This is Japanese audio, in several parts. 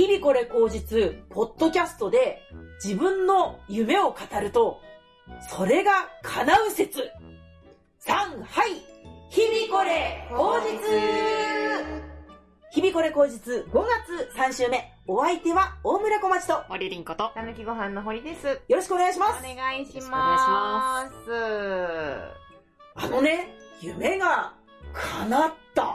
日々これ口実、ポッドキャストで自分の夢を語ると、それが叶う説。はい。日々これ口実。日々これ口実5月3週目。お相手は大村小町と森凛子とたぬきご飯の堀です。 よろしくお願いします。 お願いします。 夢が叶った。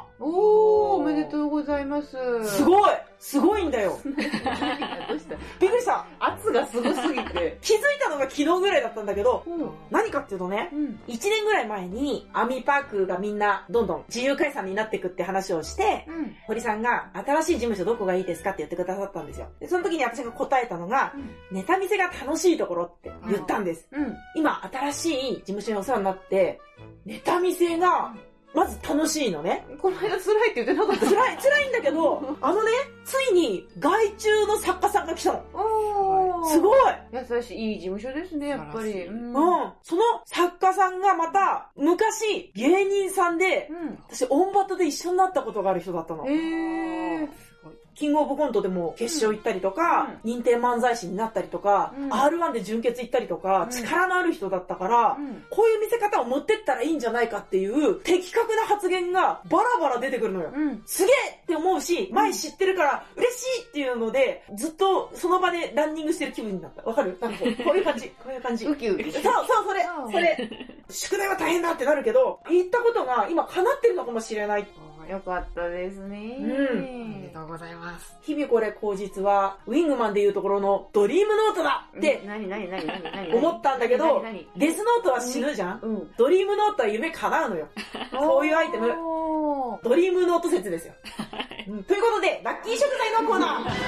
おめでとうございます。 すごいんだよ。 どうしたびっくりした。 圧がすごすぎて。 気づいたのが昨日ぐらいだったんだけど、何かっていうとね、1年ぐらい前にアミパークがみんなどんどん自由解散になっていくって話をして、堀さんが新しい事務所どこがいいですかって言ってくださったんですよ。でその時に私が答えたのが、ネタ見せが楽しいところって言ったんです。今新しい事務所にお世話になって、ネタ見せがまず楽しいのね。 この間辛いって言ってなかった？ 辛いんだけど、ついに外注の作家さんが来たの。すごい優しい、いい事務所ですね、やっぱり。 その作家さんがまた、昔、芸人さんで、私、オンバトで一緒になったことがある人だったの。キングオブコントでも決勝行ったりとか、認定漫才師になったりとか、R1 で準決行ったりとか、力のある人だったから、こういう見せ方を持ってったらいいんじゃないかっていう的確な発言がバラバラ出てくるのよ。すげえって思うし、前知ってるから嬉しいっていうので、ずっとその場でランニングしてる気分になった。わかる？なんかこういう感じ。 ウキウキ。 そう、それ。宿題は大変だってなるけど、言ったことが今叶ってるのかもしれない。 よかったですね。 おめでとうございます。 日々これ口実は、ウィングマンでいうところのドリームノートだって思ったんだけど、デスノートは死ぬじゃん、ドリームノートは夢叶うのよ。そういうアイテム。ドリームノート説ですよ。ということで、ラッキー食材のコーナー。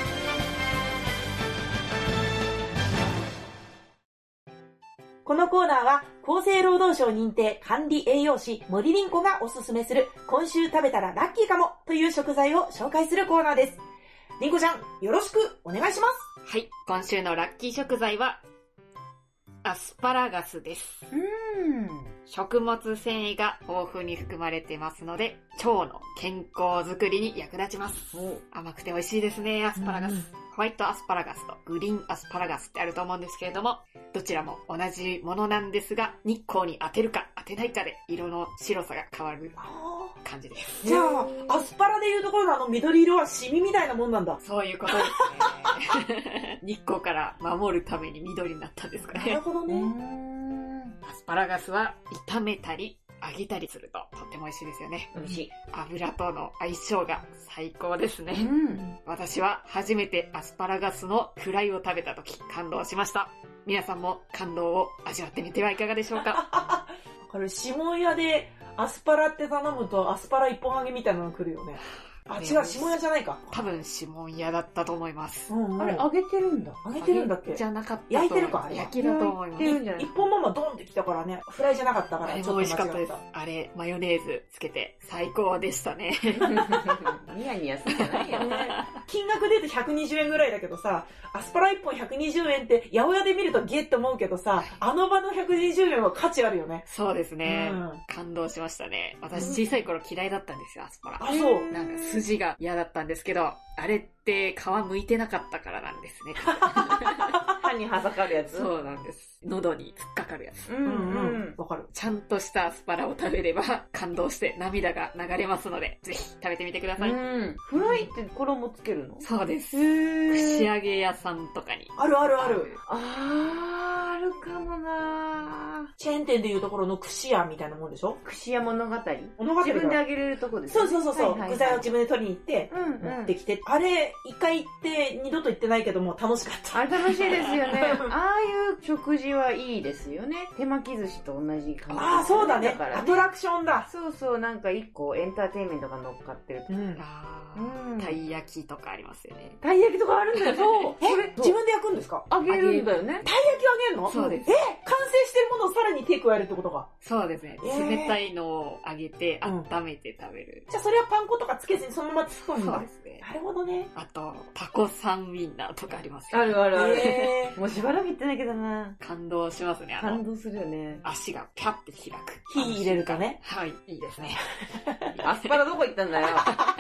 このコーナーは厚生労働省認定管理栄養士森凛子がおすすめする今週食べたらラッキーかもという食材を紹介するコーナーです。凛子ちゃん、よろしくお願いします。 はい、今週のラッキー食材はアスパラガスです。食物繊維が豊富に含まれてますので、腸の健康づくりに役立ちます。甘くて美味しいですね、アスパラガス。ホワイトアスパラガスとグリーンアスパラガスってあると思うんですけれども、どちらも同じものなんですが、日光に当てるか当てないかで色の白さが変わる感じです。 じゃあ、アスパラでいうところの緑色はシミみたいなもんなんだ。 そういうことですね。日光から守るために緑になったんですかね。 なるほどね。 アスパラガスは炒めたり揚げたりするととっても美味しいですよね。 美味しい。 油との相性が最高ですね。私は初めてアスパラガスのフライを食べた時感動しました。皆さんも感動を味わってみてはいかがでしょうか。 これ指紋屋でアスパラって頼むとアスパラ一本揚げみたいなの来るよね。あ、違う、指紋屋じゃないか。 多分指紋屋だったと思います。 あれ、揚げてるんだ。 揚げてるんだっけ？ じゃなかった。 焼いてるか、あれ。 焼きだと思います。 一本ままドンってきたからね。フライじゃなかったから。 あれも美味しかったです。あれ、マヨネーズつけて最高でしたね。 ニヤニヤするじゃないよね。 金額で言うと120円ぐらいだけどさ、アスパラ1本120円って八百屋で見るとゲッと思うけどさ、あの場の120円は価値あるよね。 そうですね。感動しましたね。私小さい頃嫌いだったんですよ、アスパラ。 あ、そう。 なんか筋が嫌だったんですけど、あれって皮剥いてなかったからなんですね。 歯に挟かるやつ。 そうなんです。喉に突っかかるやつ。 わかる。 ちゃんとしたアスパラを食べれば感動して涙が流れますので、ぜひ食べてみてください。 フライって衣つけるの？ そうです。串揚げ屋さんとかに。 ある。 あるかもな。 チェーン店でいうところの串屋みたいなもんでしょ？ 串屋物語。 自分であげれるとこですね。 そう。具材を自分で取りに行って、持ってきて。あれ、一回行って二度と行ってないけども楽しかった。 あれ楽しいですよね。ああいう食事はいいですよね。手巻き寿司と同じ感じ。 ああ、そうだね。アトラクションだ。 そう、なんか一個エンターテインメントが乗っかってる。 たい焼きとかありますよね。 たい焼きとかあるんだよ。そう。 自分で焼くんですか？ 揚げるんだよね。 たい焼きを揚げるの？ そうです。 完成してるものをさらに手加えるってことか。 そうですね。冷たいのを揚げて温めて食べる。 じゃあそれはパン粉とかつけずにそのまま包むんだ。 そうですね。 なるほどね。 あと、タコさんウィンナーとかありますよ。 ある。もうしばらく行ってないけどな。 感動しますね。 感動するよね。 足がピャって開く。 火入れるかね。 はい、いいですね。 アスパラどこ行ったんだよ。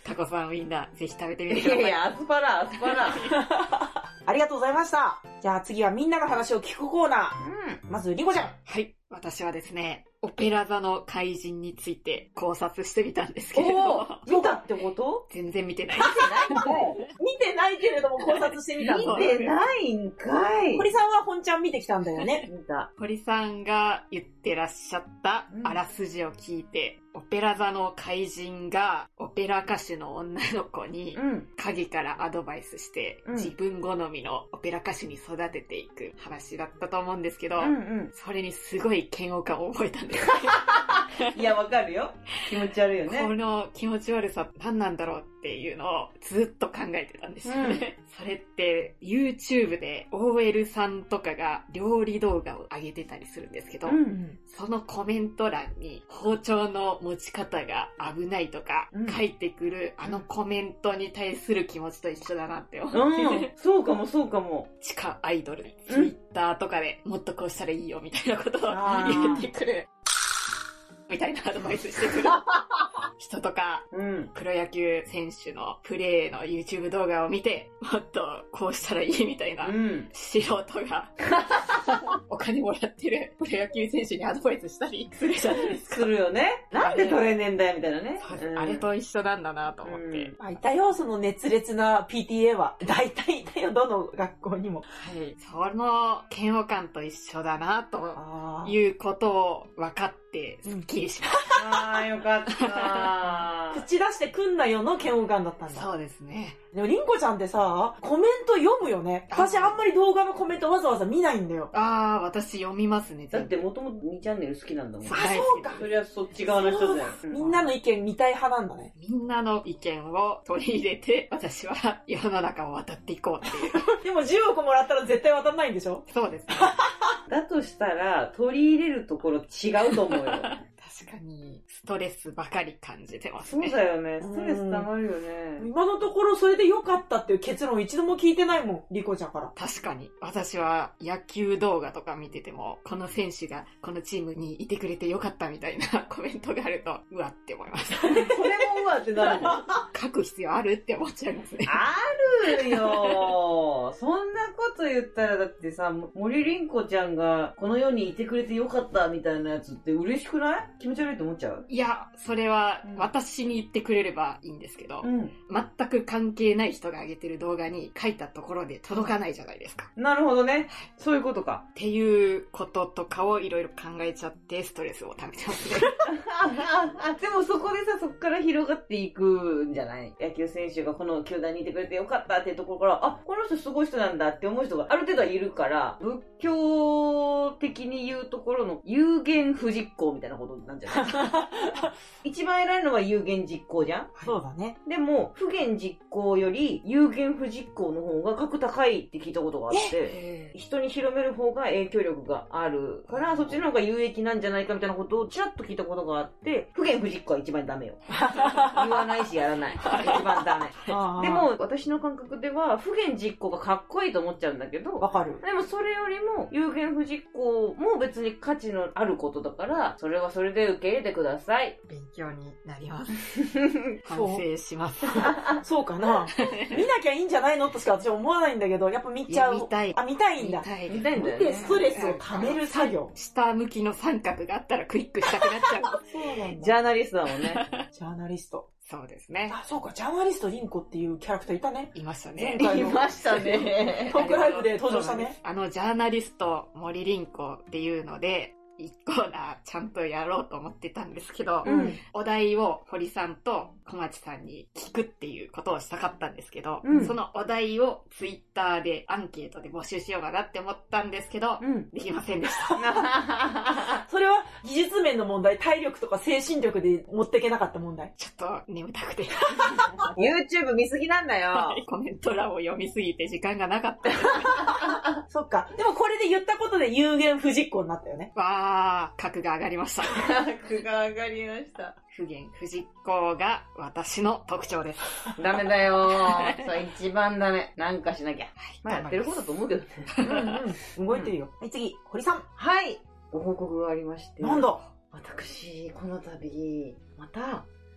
タコさんウインナー、ぜひ食べてみてください。 いやいや、アスパラ。 ありがとうございました。じゃあ次はみんなの話を聞くコーナー。まず、りこちゃん。 はい。私はですね、オペラ座の怪人について考察してみたんですけれども。 見たってこと？ 全然見てない。 見てないけれども考察してみたんだ。 見てないんかい。 堀さんは本ちゃん見てきたんだよね。 見た。 堀さんが言ってらっしゃったあらすじを聞いて、オペラ座の怪人がオペラ歌手の女の子に影からアドバイスして、自分好みのオペラ歌手に育てていく話だったと思うんですけど、それにすごい嫌悪感を覚えたんですね。 いや、わかるよ。気持ち悪いよね。 この気持ち悪さ何なんだろうっていうのをずっと考えてたんですよね。それって YouTube で OL さんとかが料理動画を上げてたりするんですけど、そのコメント欄に包丁の持ち方が危ないとか書いてくるあのコメントに対する気持ちと一緒だなって思って、 そうかも。 地下アイドル、Twitter とかでもっとこうしたらいいよみたいなことを言ってくる。みたいなアドバイスしてくる人とか、プロ野球選手のプレーの YouTube 動画を見て、もっとこうしたらいいみたいな、素人がお金もらってるプロ野球選手にアドバイスしたりするじゃないですか。 するよね。なんで取れねえんだよみたいなね。 あれと一緒なんだなと思って。 いたよ、その熱烈な PTA は。大体いたよ、どの学校にも。 はい。その嫌悪感と一緒だなということを分かって、すっきりしました。 あー、よかった。 口出してくんなよの嫌悪感だったんだ。 そうですね。 でも、りんこちゃんってさ、コメント読むよね。私あんまり動画のコメントわざわざ見ないんだよ。 私読みますね。 だってもともと2チャンネル好きなんだもん。 そうか。 そりゃそっち側の人だよ。 みんなの意見見たい派なんだね。 みんなの意見を取り入れて、私は世の中を渡っていこうっていう。 でも10億もらったら絶対渡んないんでしょ？ そうですね。 だとしたら、取り入れるところ違うと思うよ。 確かに、ストレスばかり感じてますね。 そうだよね。ストレス溜まるよね。 今のところそれで良かったっていう結論を一度も聞いてないもん、リコちゃんから。 確かに。私は野球動画とか見てても、この選手がこのチームにいてくれてよかったみたいなコメントがあると、うわって思います。 それもうわってなるの？ 書く必要あるって思っちゃいますね。 あるよ。そんなこと言ったらだってさ、森凛子ちゃんがこの世にいてくれてよかったみたいなやつって嬉しくない？気持ち悪いと思っちゃう？ いや、それは私に言ってくれればいいんですけど、全く関係ない人が上げてる動画に書いたところで届かないじゃないですか。 なるほどね。そういうことか。 っていうこととかをいろいろ考えちゃってストレスを溜めてますね。 でもそこでさ、そこから広がっていくんじゃない？野球選手がこの球団にいてくれてよかったっていうところから、あ、この人すごい人なんだって思う人がある程度はいるから、仏教的に言うところの有言不実行みたいなことなんじゃない？一番偉いのは有言実行じゃん？ そうだね。 でも、不言実行より有言不実行の方が格高いって聞いたことがあって、人に広める方が影響力があるから、そっちの方が有益なんじゃないかみたいなことをちらっと聞いたことがあって、不言不実行は一番ダメよ。言わないしやらない。一番ダメ。でも、私の感覚では、不言実行がかっこいいと思っちゃうんだけど、 わかる。 でもそれよりも、有言不実行も別に価値のあることだから、それはそれで受け入れてください。 勉強になります。反省します。 そうかな。見なきゃいいんじゃないのとしか私は思わないんだけど、やっぱ見ちゃう。 見たい。 あ、見たいんだ。 見たいんだよね。 見てストレスを溜める作業。 下向きの三角があったらクリックしたくなっちゃう。 そうなんだ。 ジャーナリストだもんね。 ジャーナリスト。 そうですね。 あ、そうか、ジャーナリストリンコっていうキャラクターいたね。 いましたね。 いましたね。 トークライブで登場したね。 ジャーナリスト森凛子っていうので、1コーナーちゃんとやろうと思ってたんですけど、お題を堀さんと小町さんに聞くっていうことをしたかったんですけど、そのお題をツイッターでアンケートで募集しようかなって思ったんですけど、できませんでした。 それは技術面の問題、体力とか精神力で持っていけなかった問題。 ちょっと眠たくて。 YouTube 見すぎなんだよ。 コメント欄を読みすぎて時間がなかったです。 そっか。でもこれで言ったことで有言不実行になったよね。 格が上がりました。 格が上がりました。 不言不実行が私の特徴です。 ダメだよー。それ一番ダメ。なんかしなきゃ。まあやってる方だと思うけどね。 動いてるよ。はい、次、堀さん。 はい。ご報告がありまして。 なんだ？ 私、この度、また、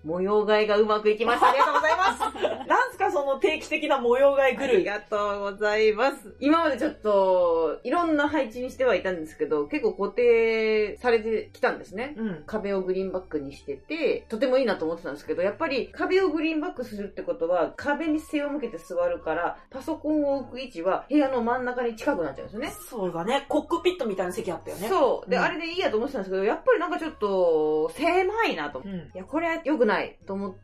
模様替えがうまくいきました。ありがとうございます。 なんすかその定期的な模様替え狂い。 ありがとうございます。今までちょっと、いろんな配置にしてはいたんですけど、結構固定されてきたんですね。壁をグリーンバックにしてて、とてもいいなと思ってたんですけど、やっぱり壁をグリーンバックするってことは、壁に背を向けて座るから、パソコンを置く位置は部屋の真ん中に近くなっちゃうんですよね。 そうだね。コックピットみたいな席あったよね。 そう。で、あれでいいやと思ってたんですけど、やっぱりなんかちょっと、狭いなと。いや、これは良くないと思って、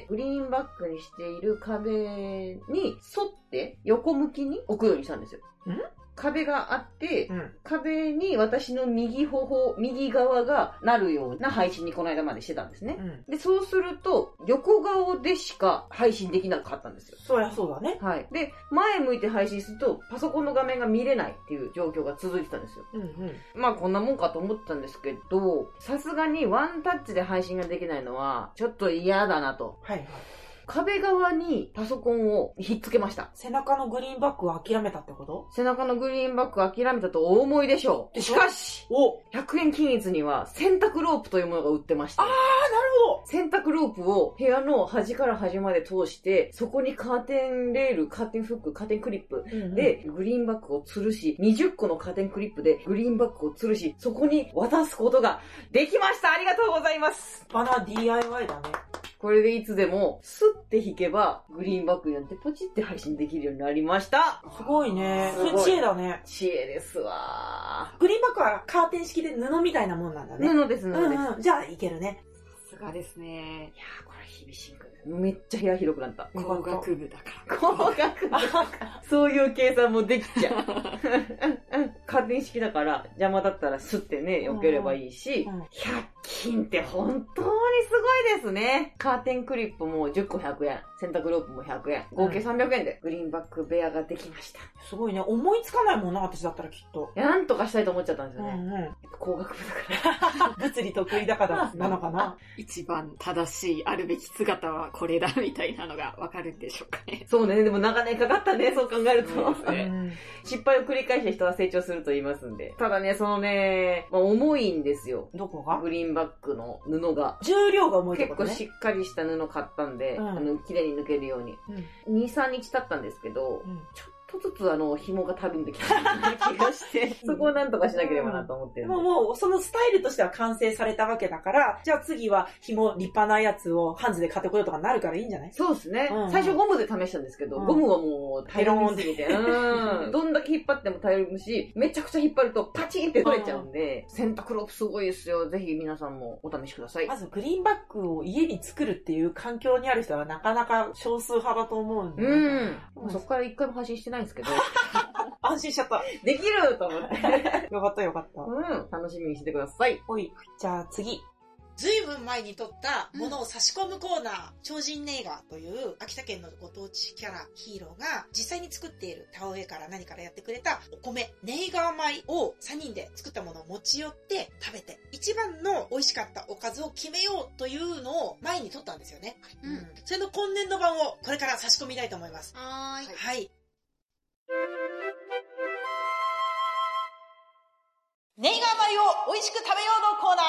グリーンバックにしている壁に沿って横向きに置くようにしたんですよ。壁があって、壁に私の右側がなるような配信にこの間までしてたんですね。で、そうすると、横顔でしか配信できなかったんですよ。 そりゃそうだね。 はい。で、前向いて配信すると、パソコンの画面が見れないっていう状況が続いてたんですよ。まあ、こんなもんかと思ってたんですけど、さすがにワンタッチで配信ができないのは、ちょっと嫌だなと。壁側にパソコンをひっつけました。 背中のグリーンバックを諦めたってこと？ 背中のグリーンバックを諦めたとお思いでしょう。しかし、100円均一には洗濯ロープというものが売ってました。 なるほど。 洗濯ロープを部屋の端から端まで通して、そこにカーテンレール、カーテンフック、カーテンクリップでグリーンバックを吊るし、20個のカーテンクリップでグリーンバックを吊るし、そこに渡すことができました。ありがとうございます。 立派な DIY だね。 これでいつでも、スッて引けば、グリーンバックになってポチって配信できるようになりました。 すごいね。それ知恵だね。 知恵ですわ。 グリーンバックはカーテン式で布みたいなもんなんだね。 布です。 じゃあいけるね。 さすがですね。 いやー、これ日々進化です。めっちゃ部屋広くなった。 工学部だから。 工学部だから。そういう計算もできちゃう。カーテン式だから邪魔だったらスッてね、避ければいいし、100均って本当にすごいですね。カーテンクリップも10個100円。洗濯ロープも100円。合計300円でグリーンバック部屋ができました。 すごいね。思いつかないもんな、私だったらきっと。 いや、なんとかしたいと思っちゃったんですよね。工学部だから。 物理得意だからなのかな。 一番正しいあるべき姿はこれだみたいなのがわかるんでしょうかね。 そうね。でも長年かかったね。そう考えると。失敗を繰り返して人は成長すると言いますんで。ただね、そのね、重いんですよ。 どこが？ グリーンバックの布が。 重量が重いってことね。 結構しっかりした布買ったんで、綺麗に抜けるように。2、3日経ったんですけど、ちょっとずつ紐がたるんできた気がして、そこをなんとかしなければなと思ってるんで。 もうそのスタイルとしては完成されたわけだから、じゃあ次は紐立派なやつをハンズで買ってこようとかなるからいいんじゃない？ そうですね。最初ゴムで試したんですけど、ゴムはもう平らすぎて、どんだけ引っ張っても平らむし、めちゃくちゃ引っ張るとパチンって取れちゃうんで、洗濯ロープすごいですよ。ぜひ皆さんもお試しください。 まずグリーンバックを家に作るっていう環境にある人はなかなか少数派だと思うんで。 そこから一回も配信してないんですけど。 安心しちゃった。 できると思って。 よかったよかった。 楽しみにしてください。 じゃあ次。ずいぶん前に撮ったものを差し込むコーナー、超人ネイガーという秋田県のご当地キャラ、ヒーローが実際に作っている田植えから何からやってくれたお米、ネイガー米を3人で作ったものを持ち寄って食べて、一番の美味しかったおかずを決めようというのを前に撮ったんですよね。それの今年度版をこれから差し込みたいと思います。はい。ネイガー米を美味しく食べようのコーナ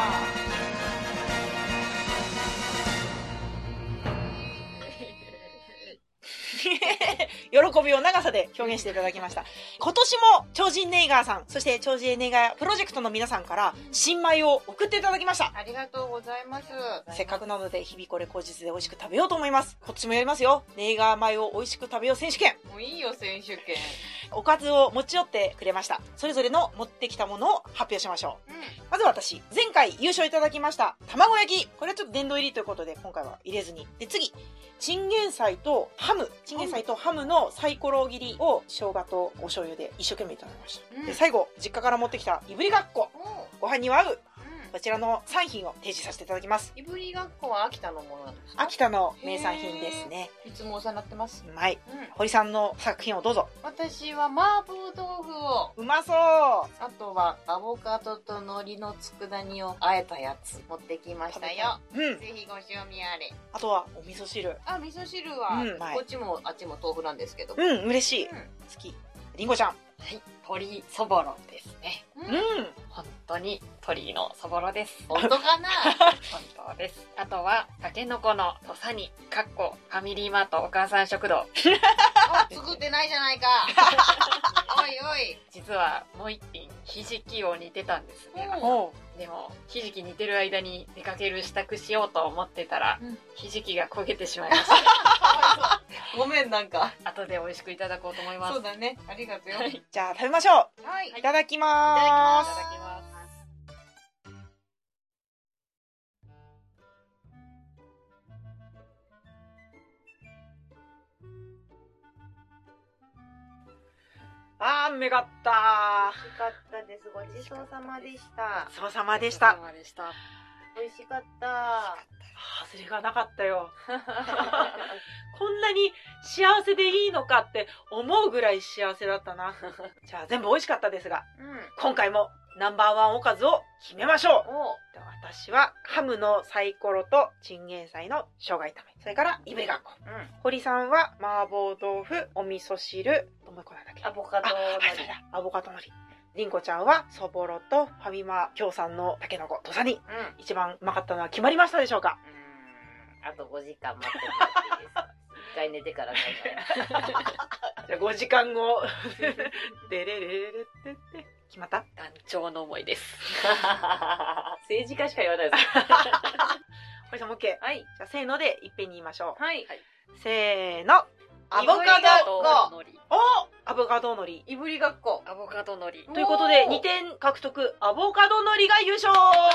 ー喜びを長さで表現していただきました。今年も超人ネイガーさん、そして超人ネイガープロジェクトの皆さんから新米を送っていただきました。 ありがとうございます。 せっかくなので日々これ口実で美味しく食べようと思います。今年もやりますよ。ネイガー米を美味しく食べよう選手権。 もういいよ選手権。 おかずを持ち寄ってくれました。それぞれの持ってきたものを発表しましょう。まず私、前回優勝いただきました卵焼き。これはちょっと殿堂入りということで今回は入れずに。で次、チンゲン菜とハムのサイコロ切りを生姜とお醤油で一生懸命いただきました。で最後、実家から持ってきたいぶりがっこ。ご飯には合う。こちらの3品を提示させていただきます。 いぶりがっこは秋田のものなんですか？ 秋田の名産品ですね。 いつもお世話になってます。 はい。堀さんの作品をどうぞ。 私は麻婆豆腐を。 うまそう。 あとはアボカドと海苔の佃煮を和えたやつ持ってきましたよ。ぜひご賞味あれ。 あとはお味噌汁。 味噌汁は、こっちもあっちも豆腐なんですけど。 嬉しい。好き。 りんごちゃん。 はい、鳥そぼろですね。 うん。 本当に鳥のそぼろです。 本当かな？ 本当です。あとは、たけのこの土佐煮、ファミリーマートお母さん食堂。 作ってないじゃないか。おいおい。 実はもう一品、ひじきを煮てたんですね。でも、ひじき煮てる間に出かける支度しようと思ってたら、ひじきが焦げてしまいました。 ごめん、なんか。 後で美味しくいただこうと思います。 そうだね。ありがとうよ。 じゃあ食べましょう。 はい。 いただきまーす。 いただきます。 あー、めかった美味しかったです。ごちそうさまでした。 ごちそうさまでした。 美味しかった。 外れがなかったよ。こんなに幸せでいいのかって思うぐらい幸せだったな。じゃあ全部美味しかったですが、今回もナンバーワンおかずを決めましょう。私はハムのサイコロとチンゲン菜の生姜炒め。それからいぶりがっこ。堀さんは麻婆豆腐、お味噌汁、もう一個なんだっけ？ アボカドのり。 アボカドのり。りんこちゃんはそぼろとファミマ協賛のたけのこ土佐煮。一番うまかったのは決まりましたでしょうか？ あと5時間待ってもらっていいですか？一回寝てから考えじゃあ5時間後。でれれれれってって決まった？ 団長の思いです。 政治家しか言わないです。 堀さんも OK。はい。じゃあせーのでいっぺんに言いましょう。 はい。 せーの。アボカドのり。アボカドのり。 いぶりがっこ。 アボカドのり。 ということで2点獲得。アボカドのりが優勝。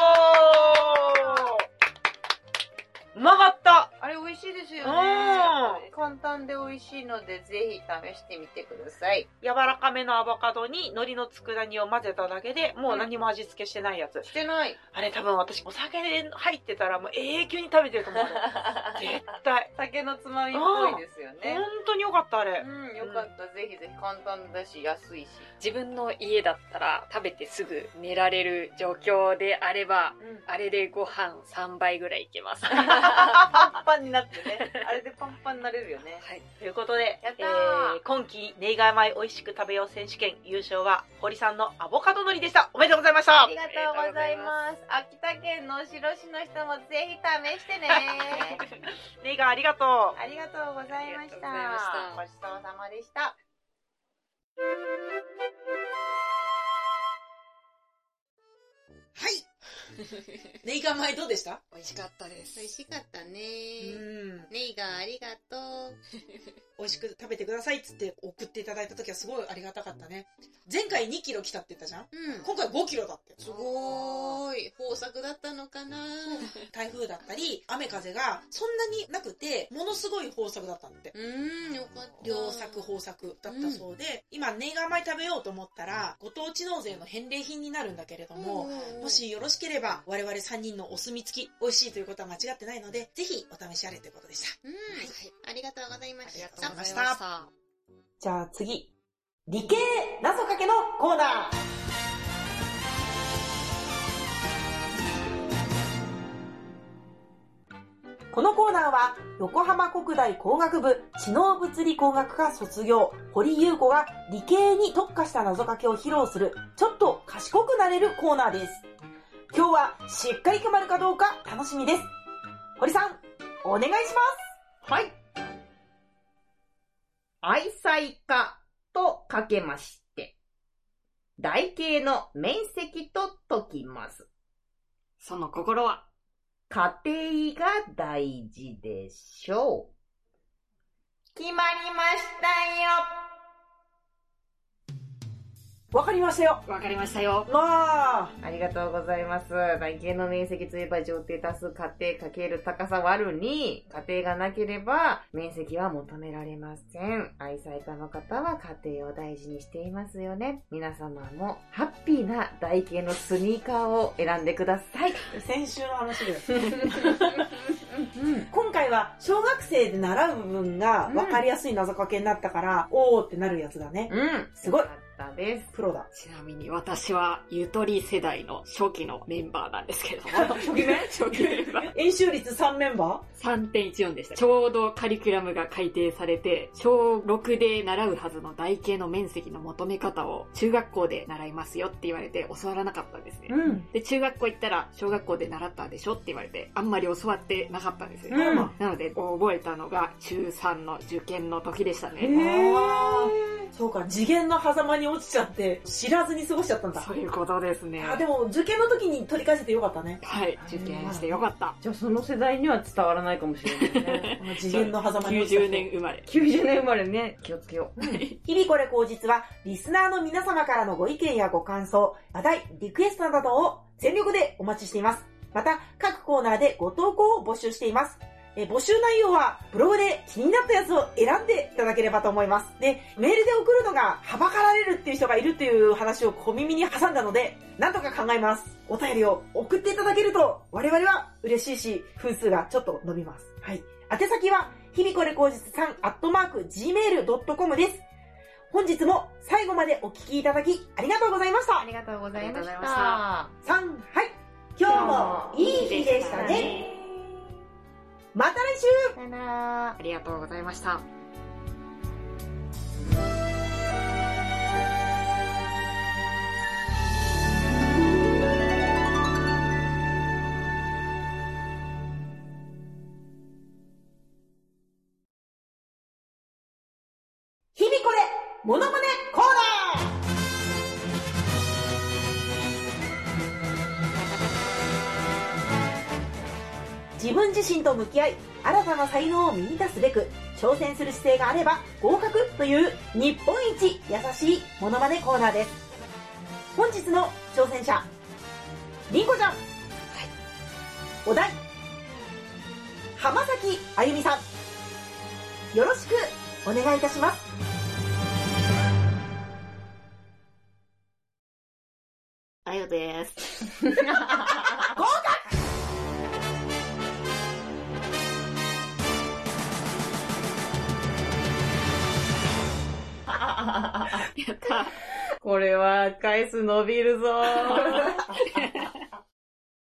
うまかった。 あれ美味しいですよね。簡単で美味しいのでぜひ試してみてください。 柔らかめのアボカドに海苔の佃煮を混ぜただけでもう何も味付けしてないやつ。 してない。 あれ多分私お酒で入ってたらもう永久に食べてると思う。絶対。 酒のつまみっぽいですよね。 本当によかったあれ。 よかった。ぜひぜひ簡単だし安いし。 自分の家だったら食べてすぐ寝られる状況であれば、あれでご飯3杯ぐらいいけます。 パンパンになってね。あれでパンパンになれるよね。 はい。ということで、 やったー。 今季ネイガー米美味しく食べよう選手権優勝は堀さんのアボカドのりでした。おめでとうございました。 ありがとうございます。秋田県の後ろ市の人もぜひ試してね。 ネイガーありがとう。 ありがとうございました。ごちそうさまでした。 はい。ネイガー米どうでした？ 美味しかったです。 美味しかったね。ネイガーありがとう。 美味しく食べてくださいっつって送っていただいた時はすごいありがたかったね。前回2キロ来たって言ったじゃん？今回5キロだって。 すごーい。豊作だったのかな？ 台風だったり、雨風がそんなになくて、ものすごい豊作だったんだって。 よかった。 良作豊作だったそうで、今ネイガー米食べようと思ったら、ご当地納税の返礼品になるんだけれども、もしよろしければ、我々3人のお墨付き、美味しいということは間違ってないので、ぜひお試しあれということでした。はい。 ありがとうございました。 ありがとうございました。じゃあ次、理系謎かけのコーナー。このコーナーは、横浜国大工学部知能物理工学科卒業、堀優子が理系に特化した謎かけを披露する、ちょっと賢くなれるコーナーです。今日はしっかり決まるかどうか楽しみです。堀さん、お願いします。 はい。愛妻家とかけまして、台形の面積と解きます。 その心は、 家庭が大事でしょう。決まりましたよ。 わかりましたよ。 わかりましたよ。 ありがとうございます。台形の面積といえば上底足す家庭かける高さ割る2。家庭がなければ面積は求められません。愛妻家の方は家庭を大事にしていますよね。皆様もハッピーな台形のスニーカーを選んでください。 先週の話だよ。今回は小学生で習う部分が分かりやすい謎かけになったから、おーってなるやつだね。すごい。 方です。 プロだ。 ちなみに私はゆとり世代の初期のメンバーなんですけども。 初期メン初期メンバー。 演習率3メンバー 3.14 でした。ちょうどカリキュラムが改定されて、小6で習うはずの台形の面積の求め方を中学校で習いますよって言われて教わらなかったんですね。で、中学校行ったら小学校で習ったでしょって言われて、あんまり教わってなかったんですよ。なので、覚えたのが中3の受験の時でしたね。 そうか、次元の狭間に落ちちゃって、知らずに過ごしちゃったんだ。 そういうことですね。 でも、受験の時に取り返せてよかったね。 はい、受験してよかった。 じゃあその世代には伝わらないかもしれないね。 この次元の狭間に落ちちゃって。 90年生まれ。 90年生まれね、気をつけよう。 日々これ口実は、リスナーの皆様からのご意見やご感想、話題、リクエストなどを全力でお待ちしています。また、各コーナーでご投稿を募集しています。募集内容は、ブログで気になったやつを選んでいただければと思います。で、メールで送るのがはばかられるっていう人がいるっていう話を小耳に挟んだので、なんとか考えます。お便りを送っていただけると、我々は嬉しいし、分数がちょっと伸びます。はい。宛先は、日々これ口実さん@gmail.com です。本日も最後までお聞きいただきありがとうございました。 ありがとうございました。 ありがとうございました。 はい。今日もいい日でしたね。また来週。 さよなら。 ありがとうございました。 日々これ、モノマネコーナー。自分自身と向き合い、新たな才能を見出すべく、挑戦する姿勢があれば合格という日本一優しいモノマネコーナーです。本日の挑戦者、りんこちゃん。はい。お題、浜崎あゆみさん。よろしくお願いいたします。 あゆです。 合格。 やった。 これは回数伸びるぞー。